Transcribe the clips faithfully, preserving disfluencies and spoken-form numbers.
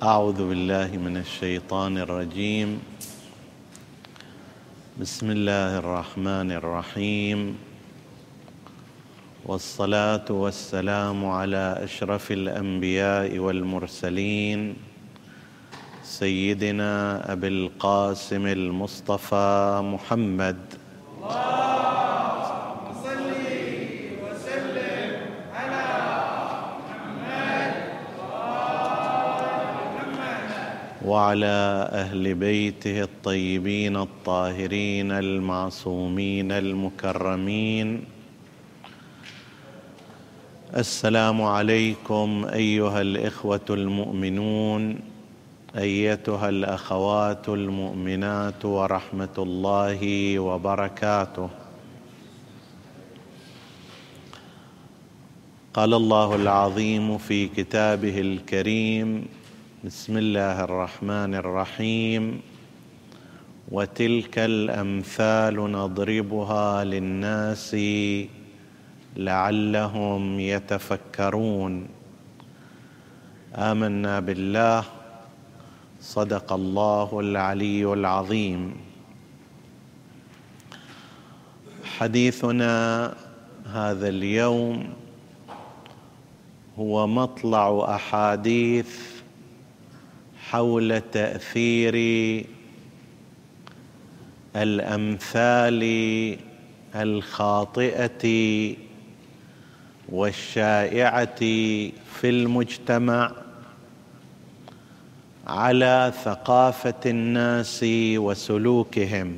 أعوذ بالله من الشيطان الرجيم. بسم الله الرحمن الرحيم، والصلاة والسلام على أشرف الأنبياء والمرسلين سيدنا أبي القاسم المصطفى محمد. اللهم صل وسلم على محمد وعلى أهل بيته الطيبين الطاهرين المعصومين المكرمين. السلام عليكم أيها الإخوة المؤمنون، أيتها الأخوات المؤمنات، ورحمة الله وبركاته. قال الله العظيم في كتابه الكريم: بسم الله الرحمن الرحيم: وتلك الأمثال نضربها للناس لعلهم يتفكرون. آمنا بالله، صدق الله العلي العظيم. حديثنا هذا اليوم هو مطلع أحاديث حول تأثير الأمثال الخاطئة والشائعة في المجتمع على ثقافة الناس وسلوكهم.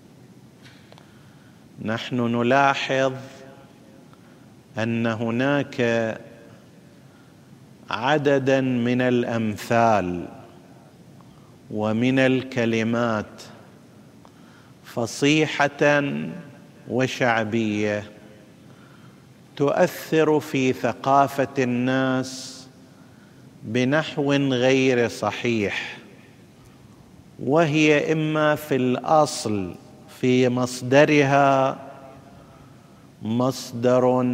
نحن نلاحظ أن هناك عددا من الأمثال ومن الكلمات فصيحة وشعبية تؤثر في ثقافة الناس بنحو غير صحيح، وهي إما في الأصل في مصدرها مصدر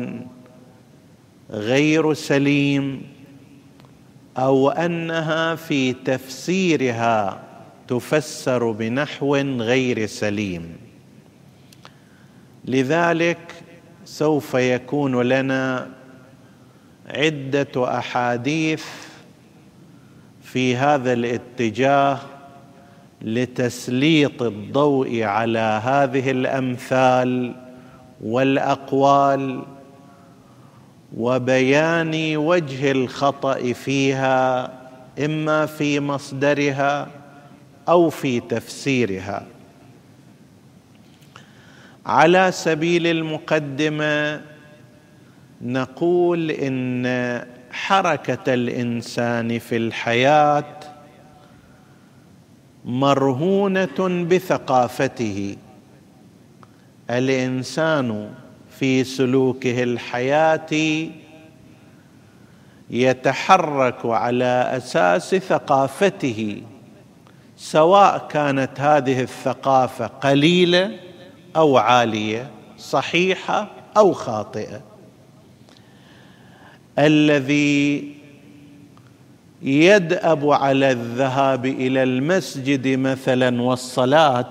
غير سليم، أو أنها في تفسيرها تفسر بنحو غير سليم. لذلك سوف يكون لنا عدة أحاديث في هذا الاتجاه لتسليط الضوء على هذه الأمثال والأقوال وبيان وجه الخطأ فيها، إما في مصدرها أو في تفسيرها. على سبيل المقدمة نقول إن حركة الإنسان في الحياة مرهونة بثقافته. الإنسان في سلوكه الحياتي يتحرك على أساس ثقافته، سواء كانت هذه الثقافة قليلة أو عالية، صحيحة أو خاطئة. الذي يدأب على الذهاب إلى المسجد مثلا والصلاة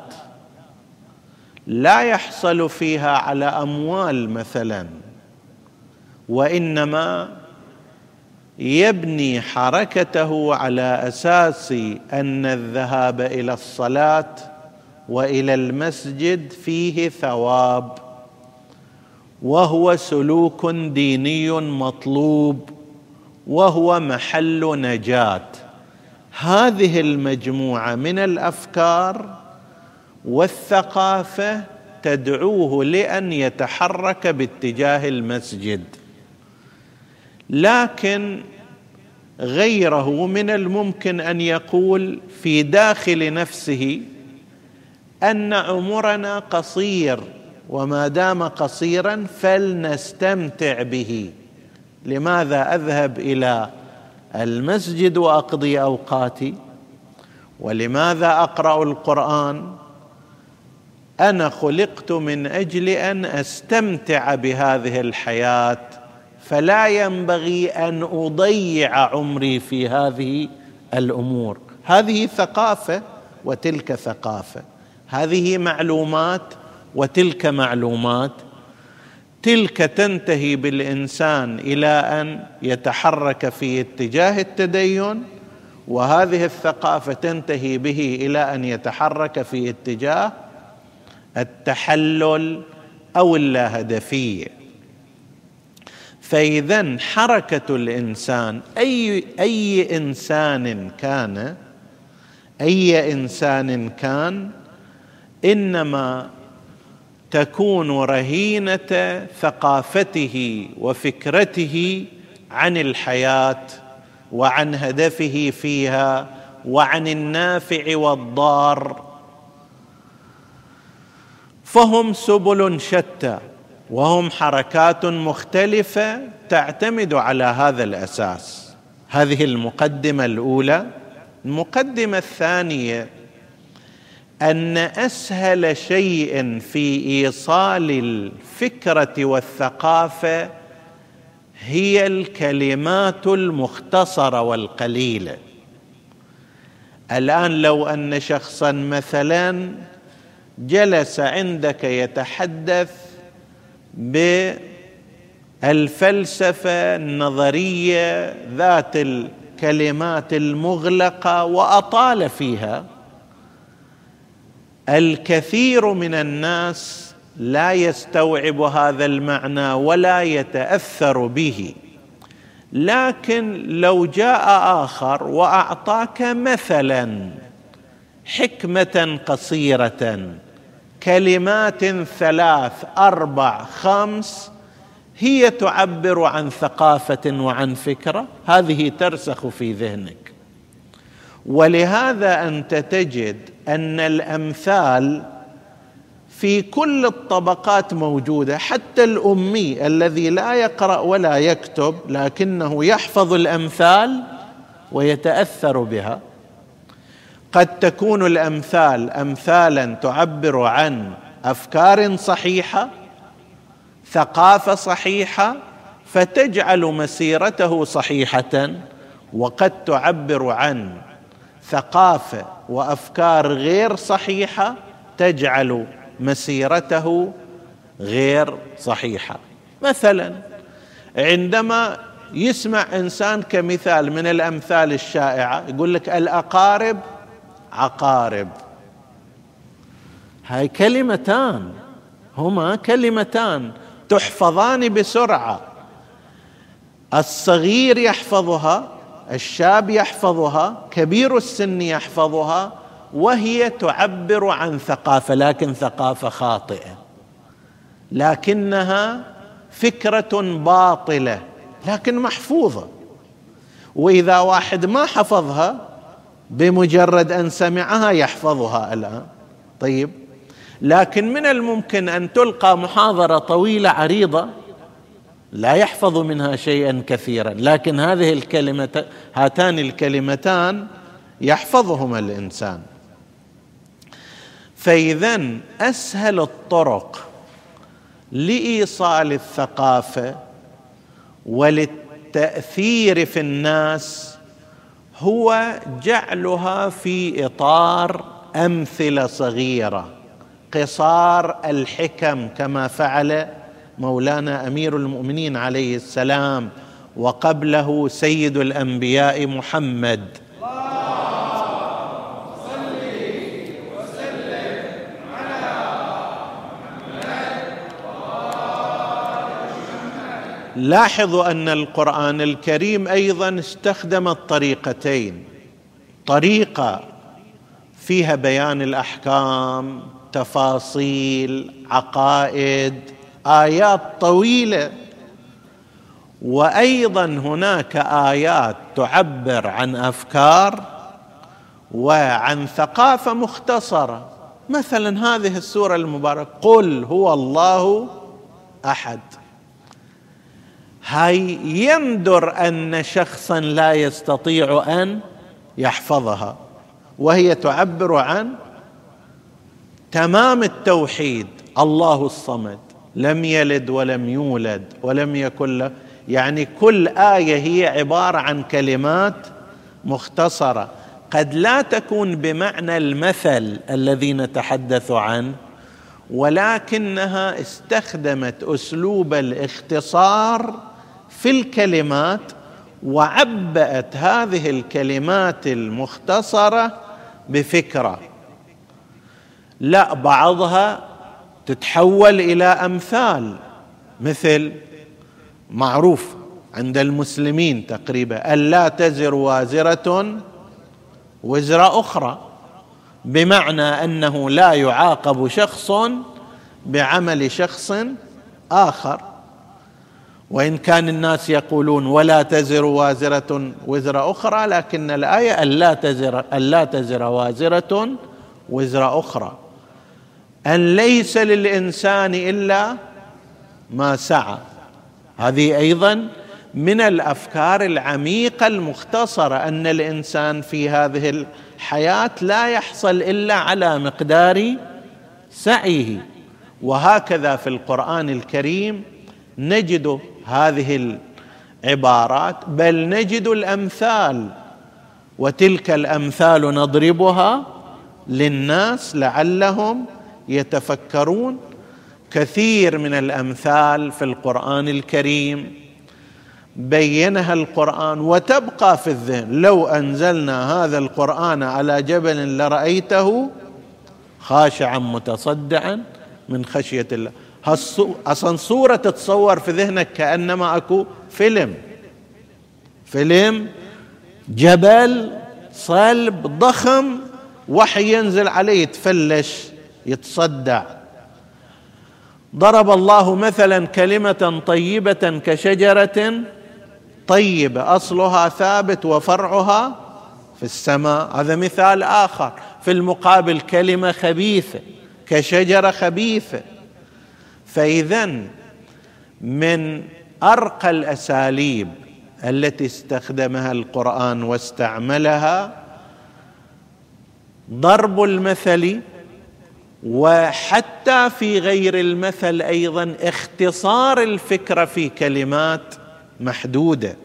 لا يحصل فيها على أموال مثلا، وإنما يبني حركته على أساس أن الذهاب إلى الصلاة وإلى المسجد فيه ثواب، وهو سلوك ديني مطلوب، وهو محل نجاة. هذه المجموعة من الأفكار والثقافة تدعوه لأن يتحرك باتجاه المسجد. لكن غيره من الممكن أن يقول في داخل نفسه أن عمرنا قصير، وما دام قصيرا فلنستمتع به. لماذا أذهب إلى المسجد وأقضي أوقاتي؟ ولماذا أقرأ القرآن؟ أنا خلقت من أجل أن أستمتع بهذه الحياة، فلا ينبغي أن أضيع عمري في هذه الأمور. هذه ثقافة وتلك ثقافة، هذه معلومات وتلك معلومات، تلك تنتهي بالإنسان إلى أن يتحرك في اتجاه التدين، وهذه الثقافة تنتهي به إلى أن يتحرك في اتجاه التحلل أو اللاهدفية. فإذن حركة الإنسان، أي أي إنسان كان أي إنسان كان إنما تكون رهينة ثقافته وفكرته عن الحياة وعن هدفه فيها وعن النافع والضار. فهم سبل شتى وهم حركات مختلفة تعتمد على هذا الأساس. هذه المقدمة الأولى. المقدمة الثانية أن أسهل شيء في إيصال الفكرة والثقافة هي الكلمات المختصرة والقليلة. الآن لو أن شخصا مثلا جلس عندك يتحدث بالفلسفة النظرية ذات الكلمات المغلقة وأطال فيها، الكثير من الناس لا يستوعب هذا المعنى ولا يتأثر به. لكن لو جاء آخر وأعطاك مثلا حكمة قصيرة، كلمات ثلاث أربع خمس، هي تعبر عن ثقافة وعن فكرة، هذه ترسخ في ذهنك. ولهذا أنت تجد أن الأمثال في كل الطبقات موجودة، حتى الأمي الذي لا يقرأ ولا يكتب لكنه يحفظ الأمثال ويتأثر بها. قد تكون الأمثال أمثالا تعبر عن أفكار صحيحة، ثقافة صحيحة، فتجعل مسيرته صحيحة، وقد تعبر عن ثقافة وأفكار غير صحيحة تجعل مسيرته غير صحيحة. مثلا عندما يسمع إنسان كمثال من الأمثال الشائعة يقول لك الأقارب عقارب، هاي كلمتان، هما كلمتان تحفظان بسرعة. الصغير يحفظها، الشاب يحفظها، كبير السن يحفظها، وهي تعبر عن ثقافة، لكن ثقافة خاطئة، لكنها فكرة باطلة لكن محفوظة. وإذا واحد ما حفظها بمجرد أن سمعها يحفظها الآن. طيب، لكن من الممكن أن تلقى محاضرة طويلة عريضة لا يحفظ منها شيئا كثيرا، لكن هذه الكلمة هاتان الكلمتان يحفظهما الإنسان. فإذن أسهل الطرق لإيصال الثقافة وللتأثير في الناس هو جعلها في إطار أمثلة صغيرة، قصار الحكم، كما فعل مولانا أمير المؤمنين عليه السلام، وقبله سيد الأنبياء محمد. لاحظوا أن القرآن الكريم أيضا استخدم الطريقتين، طريقة فيها بيان الأحكام، تفاصيل، عقائد، آيات طويلة، وأيضا هناك آيات تعبر عن أفكار وعن ثقافة مختصرة. مثلا هذه السورة المباركة قل هو الله أحد، هاي يندر أن شخصا لا يستطيع أن يحفظها، وهي تعبر عن تمام التوحيد، الله الصمد، لم يلد ولم يولد ولم يكن له، يعني كل آية هي عبارة عن كلمات مختصرة قد لا تكون بمعنى المثل الذي نتحدث عنه، ولكنها استخدمت أسلوب الاختصار في الكلمات، وعبأت هذه الكلمات المختصرة بفكرة. لا، بعضها تتحول إلى أمثال، مثل معروف عند المسلمين تقريبا: ألا تزر وازرة وزر أخرى، بمعنى أنه لا يعاقب شخص بعمل شخص آخر. وإن كان الناس يقولون ولا تزر وازرة وزر أخرى، لكن الآية ألا تزر, ألا تزر وازرة وزر أخرى، أن ليس للإنسان إلا ما سعى. هذه أيضا من الأفكار العميقة المختصرة، أن الإنسان في هذه الحياة لا يحصل إلا على مقدار سعيه. وهكذا في القرآن الكريم نجد هذه العبارات، بل نجد الأمثال، وتلك الأمثال نضربها للناس لعلهم يتفكرون. كثير من الأمثال في القرآن الكريم بينها القرآن وتبقى في الذهن. لو أنزلنا هذا القرآن على جبل لرأيته خاشعا متصدعا من خشية الله. أصلا صورة تتصور في ذهنك كأنما أكو فيلم فيلم جبل صلب ضخم، وحي ينزل عليه يتفلش يتصدع. ضرب الله مثلا كلمة طيبة كشجرة طيبة أصلها ثابت وفرعها في السماء، هذا مثال آخر. في المقابل كلمة خبيثة كشجرة خبيثة. فإذن من أرقى الأساليب التي استخدمها القرآن واستعملها ضرب المثل، وحتى في غير المثل أيضا اختصار الفكرة في كلمات محدودة.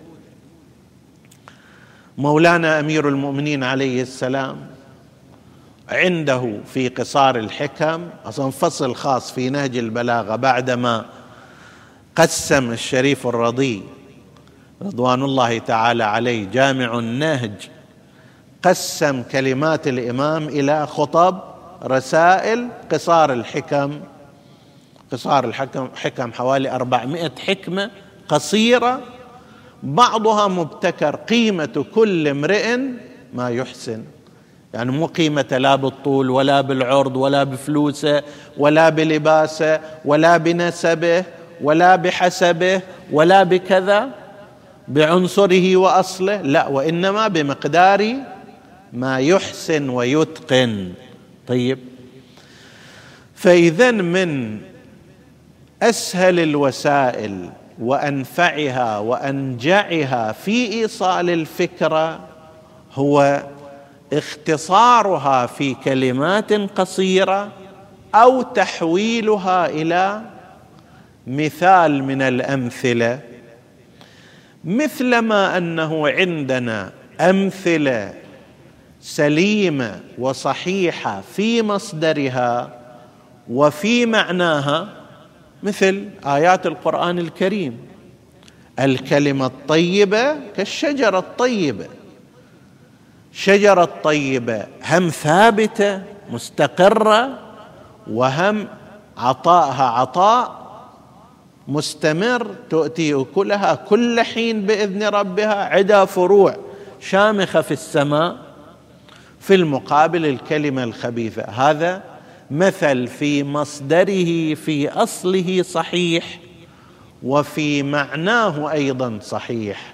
مولانا أمير المؤمنين عليه السلام عنده في قصار الحكم أصلا فصل خاص في نهج البلاغة، بعدما قسم الشريف الرضي رضوان الله تعالى عليه جامع النهج، قسم كلمات الإمام إلى خطب، رسائل، قصار الحكم. قصار الحكم حكم حوالي أربعمائة حكمة قصيرة، بعضها مبتكر. قيمة كل امرئ ما يحسن، يعني مو قيمة لا بالطول ولا بالعرض ولا بفلوسه ولا بلباسه ولا بنسبه ولا بحسبه ولا بكذا بعنصره وأصله، لا، وإنما بمقدار ما يحسن ويتقن. طيب، فإذن من أسهل الوسائل وأنفعها وأنجعها في إيصال الفكرة هو اختصارها في كلمات قصيرة أو تحويلها إلى مثال من الأمثلة، مثلما أنه عندنا أمثلة سليمة وصحيحة في مصدرها وفي معناها، مثل آيات القرآن الكريم: الكلمة الطيبة كالشجرة الطيبة. شجرة طيبة هم ثابتة مستقرة، وهم عطائها عطاء مستمر، تؤتي أكلها كل حين بإذن ربها، عدا فروع شامخة في السماء. في المقابل الكلمة الخبيثة، هذا مثل في مصدره في أصله صحيح وفي معناه أيضا صحيح.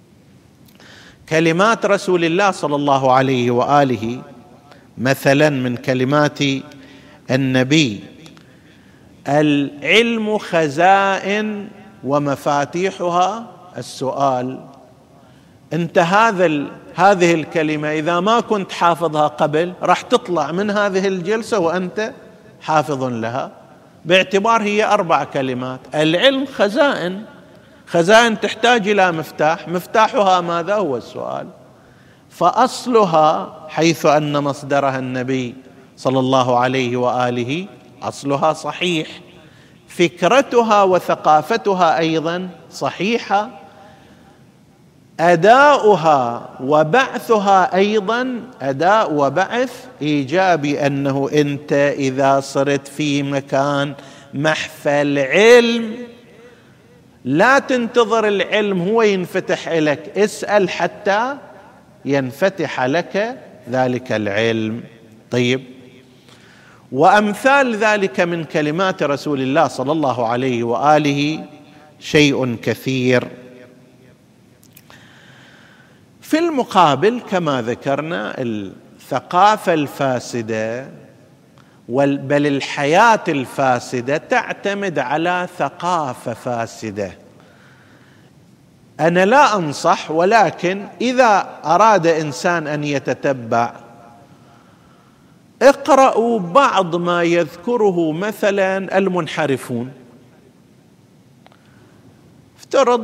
كلمات رسول الله صلى الله عليه وآله مثلا من كلمات النبي: العلم خزائن ومفاتيحها السؤال. انت هذا هذه الكلمة إذا ما كنت حافظها قبل راح تطلع من هذه الجلسة وأنت حافظ لها، باعتبار هي أربع كلمات. العلم خزائن، خزائن تحتاج إلى مفتاح، مفتاحها ماذا؟ هو السؤال. فأصلها حيث أن مصدرها النبي صلى الله عليه وآله أصلها صحيح، فكرتها وثقافتها أيضا صحيحة، أداؤها وبعثها أيضا أداء وبعث إيجابي، أنه أنت إذا صرت في مكان محفل علم لا تنتظر العلم هو ينفتح لك، اسأل حتى ينفتح لك ذلك العلم. طيب، وأمثال ذلك من كلمات رسول الله صلى الله عليه وآله شيء كثير. في المقابل كما ذكرنا الثقافة الفاسدة بل الحياة الفاسدة تعتمد على ثقافة فاسدة. أنا لا أنصح، ولكن إذا أراد إنسان أن يتتبع اقرأوا بعض ما يذكره مثلا المنحرفون. افترض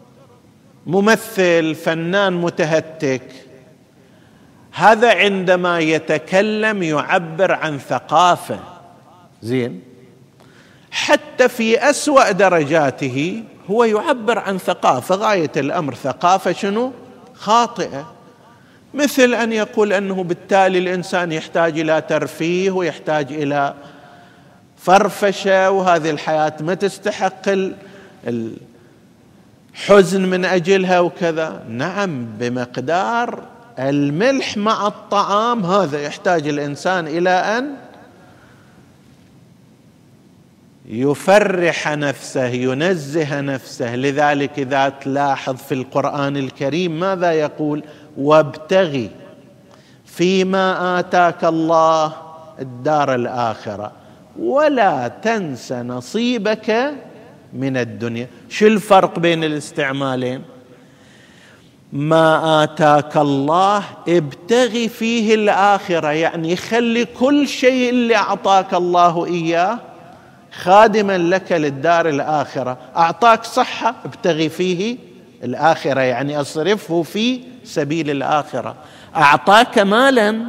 ممثل فنان متهتك، هذا عندما يتكلم يعبر عن ثقافة، زين، حتى في أسوأ درجاته هو يعبر عن ثقافة، غاية الأمر ثقافة شنو؟ خاطئة، مثل أن يقول أنه بالتالي الإنسان يحتاج إلى ترفيه ويحتاج إلى فرفشة، وهذه الحياة ما تستحق الحزن من أجلها وكذا. نعم، بمقدار الملح مع الطعام هذا يحتاج الإنسان إلى أن يفرح نفسه، ينزه نفسه. لذلك إذا تلاحظ في القرآن الكريم ماذا يقول؟ وابتغي فيما آتاك الله الدار الآخرة ولا تنس نصيبك من الدنيا. شو الفرق بين الاستعمالين؟ ما آتاك الله ابتغي فيه الآخرة، يعني خلي كل شيء اللي أعطاك الله إياه خادما لك للدار الآخرة. أعطاك صحة، ابتغي فيه الآخرة، يعني أصرفه في سبيل الآخرة. أعطاك مالا،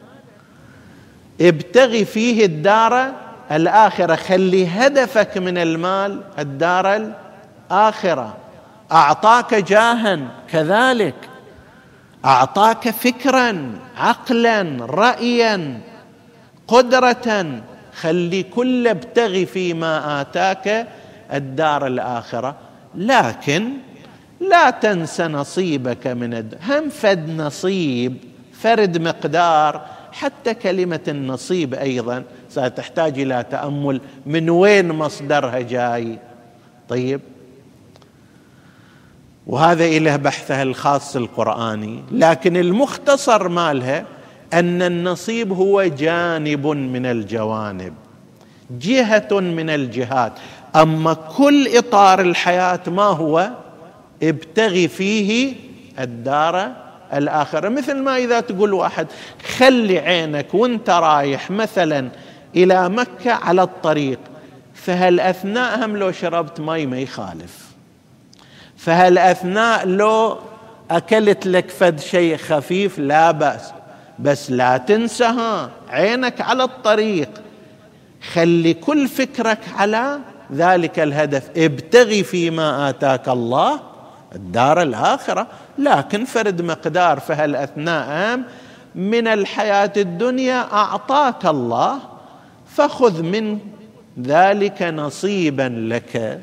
ابتغي فيه الدار الآخرة، خلي هدفك من المال الدار الآخرة. أعطاك جاها كذلك، أعطاك فكرا، عقلا، رأيا، قدرة، خلي كل ابتغي فيما آتاك الدار الآخرة، لكن لا تنس نصيبك من الد... هم فد نصيب، فرد مقدار. حتى كلمة النصيب أيضا ستحتاج إلى تأمل، من وين مصدرها جاي. طيب، وهذا إله بحثها الخاص القرآني، لكن المختصر مالها أن النصيب هو جانب من الجوانب، جهة من الجهات. أما كل إطار الحياة ما هو؟ ابتغي فيه الدار الآخرة. مثل ما إذا تقول واحد خلي عينك وانت رايح مثلا إلى مكة على الطريق، فهل أثناء هم لو شربت مي ما يخالف، فهل أثناء لو أكلت لك فد شيء خفيف لا بأس، بس لا تنسها عينك على الطريق، خلي كل فكرك على ذلك الهدف. ابتغي فيما آتاك الله الدار الآخرة، لكن فرد مقدار. فهل أثناء من الحياة الدنيا أعطاك الله، فخذ من ذلك نصيبا لك.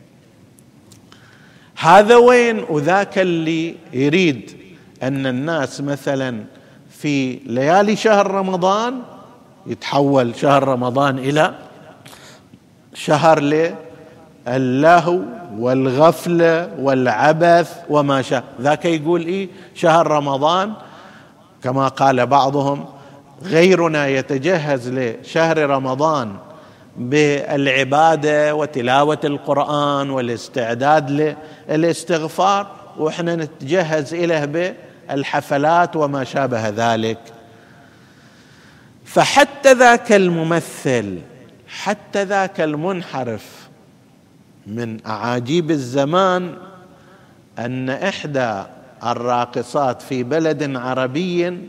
هذا وين؟ وذاك اللي يريد أن الناس مثلا في ليالي شهر رمضان يتحول شهر رمضان إلى شهر للهو والغفلة والعبث وما شاء، ذاك يقول إيه شهر رمضان، كما قال بعضهم غيرنا يتجهز لشهر رمضان بالعبادة وتلاوة القرآن والاستعداد للاستغفار، وإحنا نتجهز إليه بالحفلات وما شابه ذلك. فحتى ذاك الممثل، حتى ذاك المنحرف، من أعاجيب الزمان أن إحدى الراقصات في بلد عربي،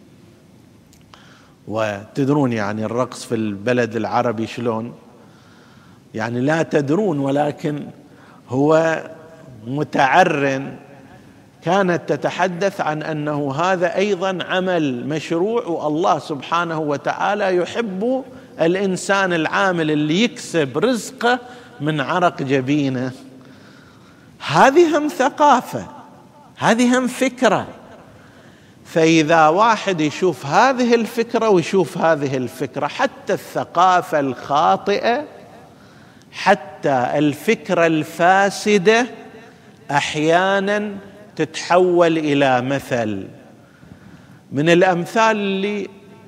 وتدرون يعني الرقص في البلد العربي شلون، يعني لا تدرون ولكن هو متعرٍ، كانت تتحدث عن أنه هذا أيضا عمل مشروع، والله سبحانه وتعالى يحب الإنسان العامل اللي يكسب رزقه من عرق جبينه. هذه هم ثقافة، هذه هم فكرة. فإذا واحد يشوف هذه الفكرة ويشوف هذه الفكرة، حتى الثقافة الخاطئة، حتى الفكرة الفاسدة أحيانا تتحول إلى مثل. من الأمثال اللي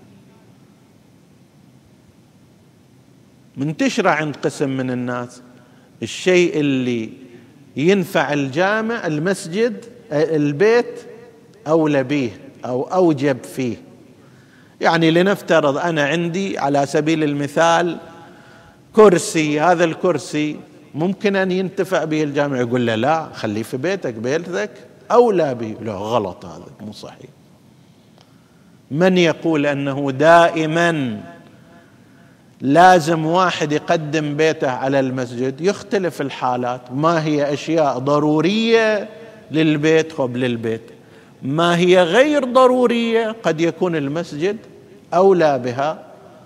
منتشرة عند قسم من الناس، الشيء اللي ينفع الجامع المسجد البيت أولى به أو أوجب فيه. يعني لنفترض أنا عندي على سبيل المثال كرسي، هذا الكرسي ممكن أن ينتفع به الجامع، يقول له لا خليه في بيتك، بيتك أولى به. لا، غلط، هذا مو صحيح. من يقول أنه دائما لازم واحد يقدم بيته على المسجد؟ يختلف الحالات. ما هي أشياء ضرورية للبيت خب للبيت، ما هي غير ضرورية قد يكون المسجد أولى بها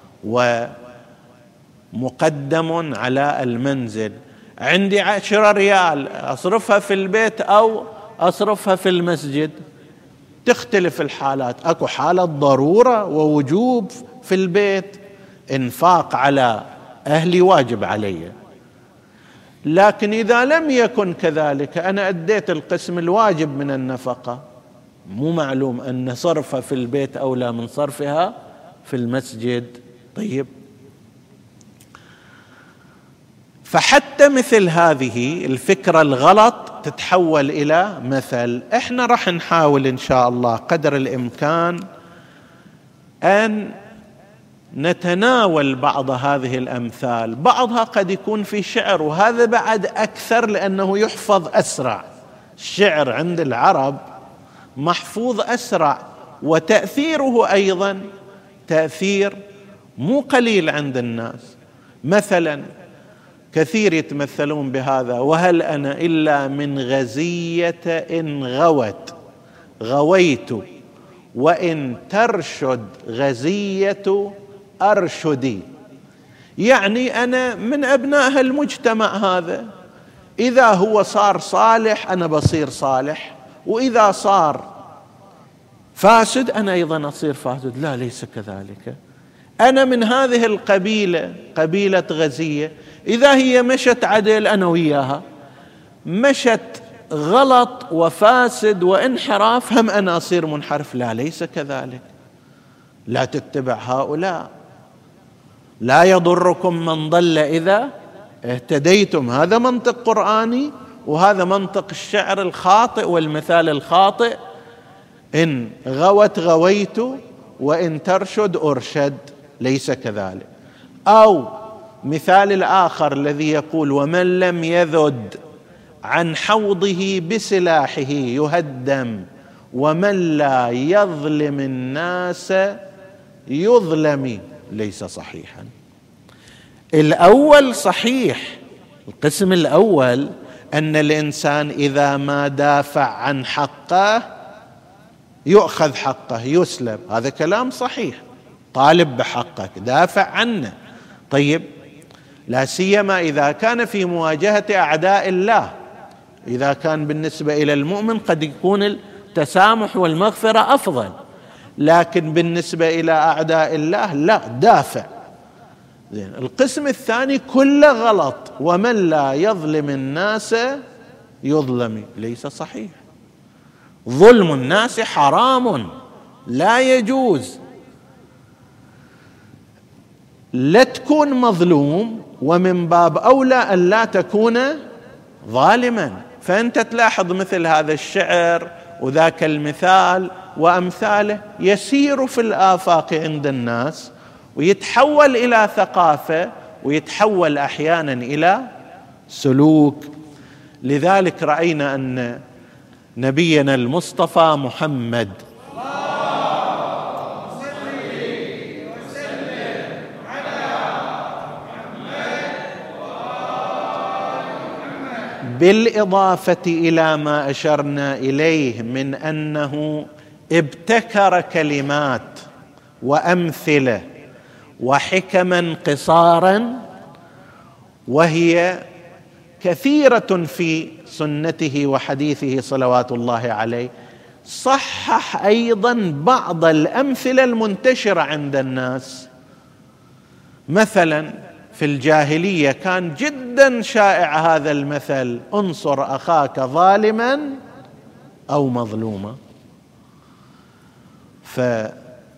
ومقدم على المنزل. عندي عشرة ريال أصرفها في البيت أو أصرفها في المسجد، تختلف الحالات. أكو حالة ضرورة ووجوب في البيت، إنفاق على أهلي واجب علي. لكن إذا لم يكن كذلك، أنا أديت القسم الواجب من النفقة، مو معلوم أن صرفها في البيت أولى من صرفها في المسجد. طيب، فحتى مثل هذه الفكرة الغلط تتحول إلى مثل. إحنا راح نحاول إن شاء الله قدر الإمكان أن نتناول بعض هذه الأمثال. بعضها قد يكون في شعر، وهذا بعد أكثر لأنه يحفظ أسرع. الشعر عند العرب محفوظ أسرع، وتأثيره أيضا تأثير مو قليل عند الناس. مثلا كثير يتمثلون بهذا: وهل أنا إلا من غزية إن غوت غويت، وإن ترشد غزية أرشدي. يعني أنا من أبناء المجتمع هذا، إذا هو صار صالح أنا بصير صالح، وإذا صار فاسد أنا أيضا أصير فاسد. لا، ليس كذلك. أنا من هذه القبيلة، قبيلة غزية، إذا هي مشت عدل أنا وياها، مشت غلط وفاسد وانحراف هم أنا أصير منحرف. لا، ليس كذلك. لا تتبع هؤلاء. لا يضركم من ضل إذا اهتديتم. هذا منطق قرآني، وهذا منطق الشعر الخاطئ والمثال الخاطئ: إن غوت غويت وإن ترشد أرشد. ليس كذلك. أو مثال الآخر الذي يقول: ومن لم يذد عن حوضه بسلاحه يهدم، ومن لا يظلم الناس يظلم. ليس صحيحا. الأول صحيح، القسم الأول أن الإنسان إذا ما دافع عن حقه يؤخذ حقه، يسلب. هذا كلام صحيح. طالب بحقك، دافع عنه. طيب، لا سيما إذا كان في مواجهة أعداء الله. إذا كان بالنسبة إلى المؤمن قد يكون التسامح والمغفرة أفضل، لكن بالنسبة إلى أعداء الله لا، دافع. زين. القسم الثاني كله غلط: ومن لا يظلم الناس يظلم. ليس صحيح. ظلم الناس حرام، لا يجوز. لا تكون مظلوم، ومن باب أولى أن لا تكون ظالما. فأنت تلاحظ مثل هذا الشعر وذاك المثال وأمثاله يسير في الآفاق عند الناس، ويتحول إلى ثقافة، ويتحول أحيانا إلى سلوك. لذلك رأينا أن نبينا المصطفى محمد. بالإضافة إلى ما أشرنا إليه من أنه ابتكر كلمات وأمثلة وحكما قصارا وهي كثيرة في سنته وحديثه صلوات الله عليه. صحح أيضا بعض الأمثلة المنتشرة عند الناس. مثلا في الجاهلية كان جدا شائع هذا المثل: انصر أخاك ظالما أو مظلوما. فتارة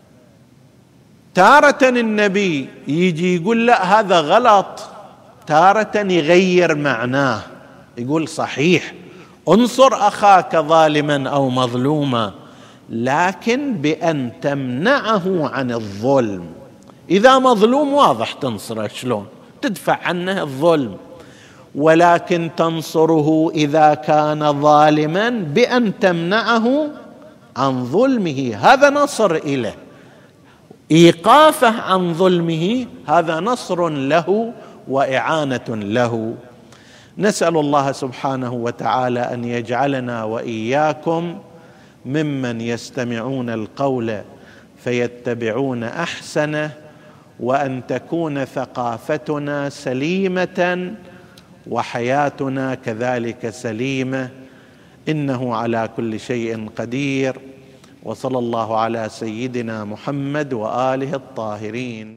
النبي يجي يقول لا هذا غلط، تارة يغير معناه يقول صحيح انصر أخاك ظالما أو مظلوما، لكن بأن تمنعه عن الظلم. إذا مظلوم واضح تنصره، شلون تدفع عنه الظلم، ولكن تنصره إذا كان ظالما بأن تمنعه عن ظلمه، هذا نصر إله. إيقافه عن ظلمه هذا نصر له وإعانة له. نسأل الله سبحانه وتعالى أن يجعلنا وإياكم ممن يستمعون القول فيتبعون أحسنه، وأن تكون ثقافتنا سليمة وحياتنا كذلك سليمة، إنه على كل شيء قدير. وصلى الله على سيدنا محمد وآله الطاهرين.